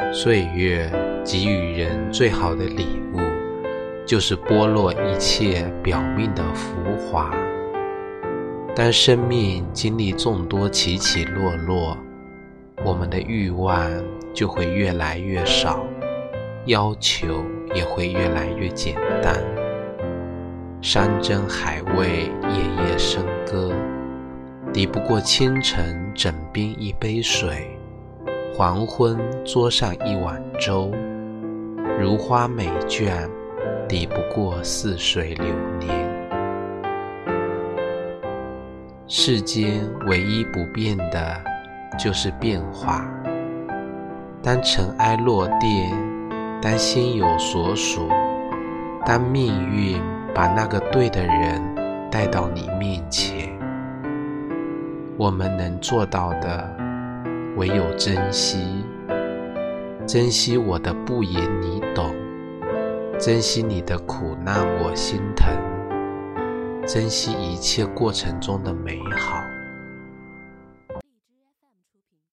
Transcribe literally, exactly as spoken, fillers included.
岁月给予人最好的礼物，就是剥落一切表面的浮华。当生命经历众多起起落落，我们的欲望就会越来越少，要求也会越来越简单。山珍海味，夜夜笙歌，抵不过清晨枕边一杯水，黄昏桌上一碗粥。如花美眷，抵不过似水流年。世间唯一不变的就是变化。当尘埃落定，当心有所属，当命运把那个对的人带到你面前，我们能做到的唯有珍惜。珍惜我的不言你懂，珍惜你的苦难我心疼，珍惜一切过程中的美好。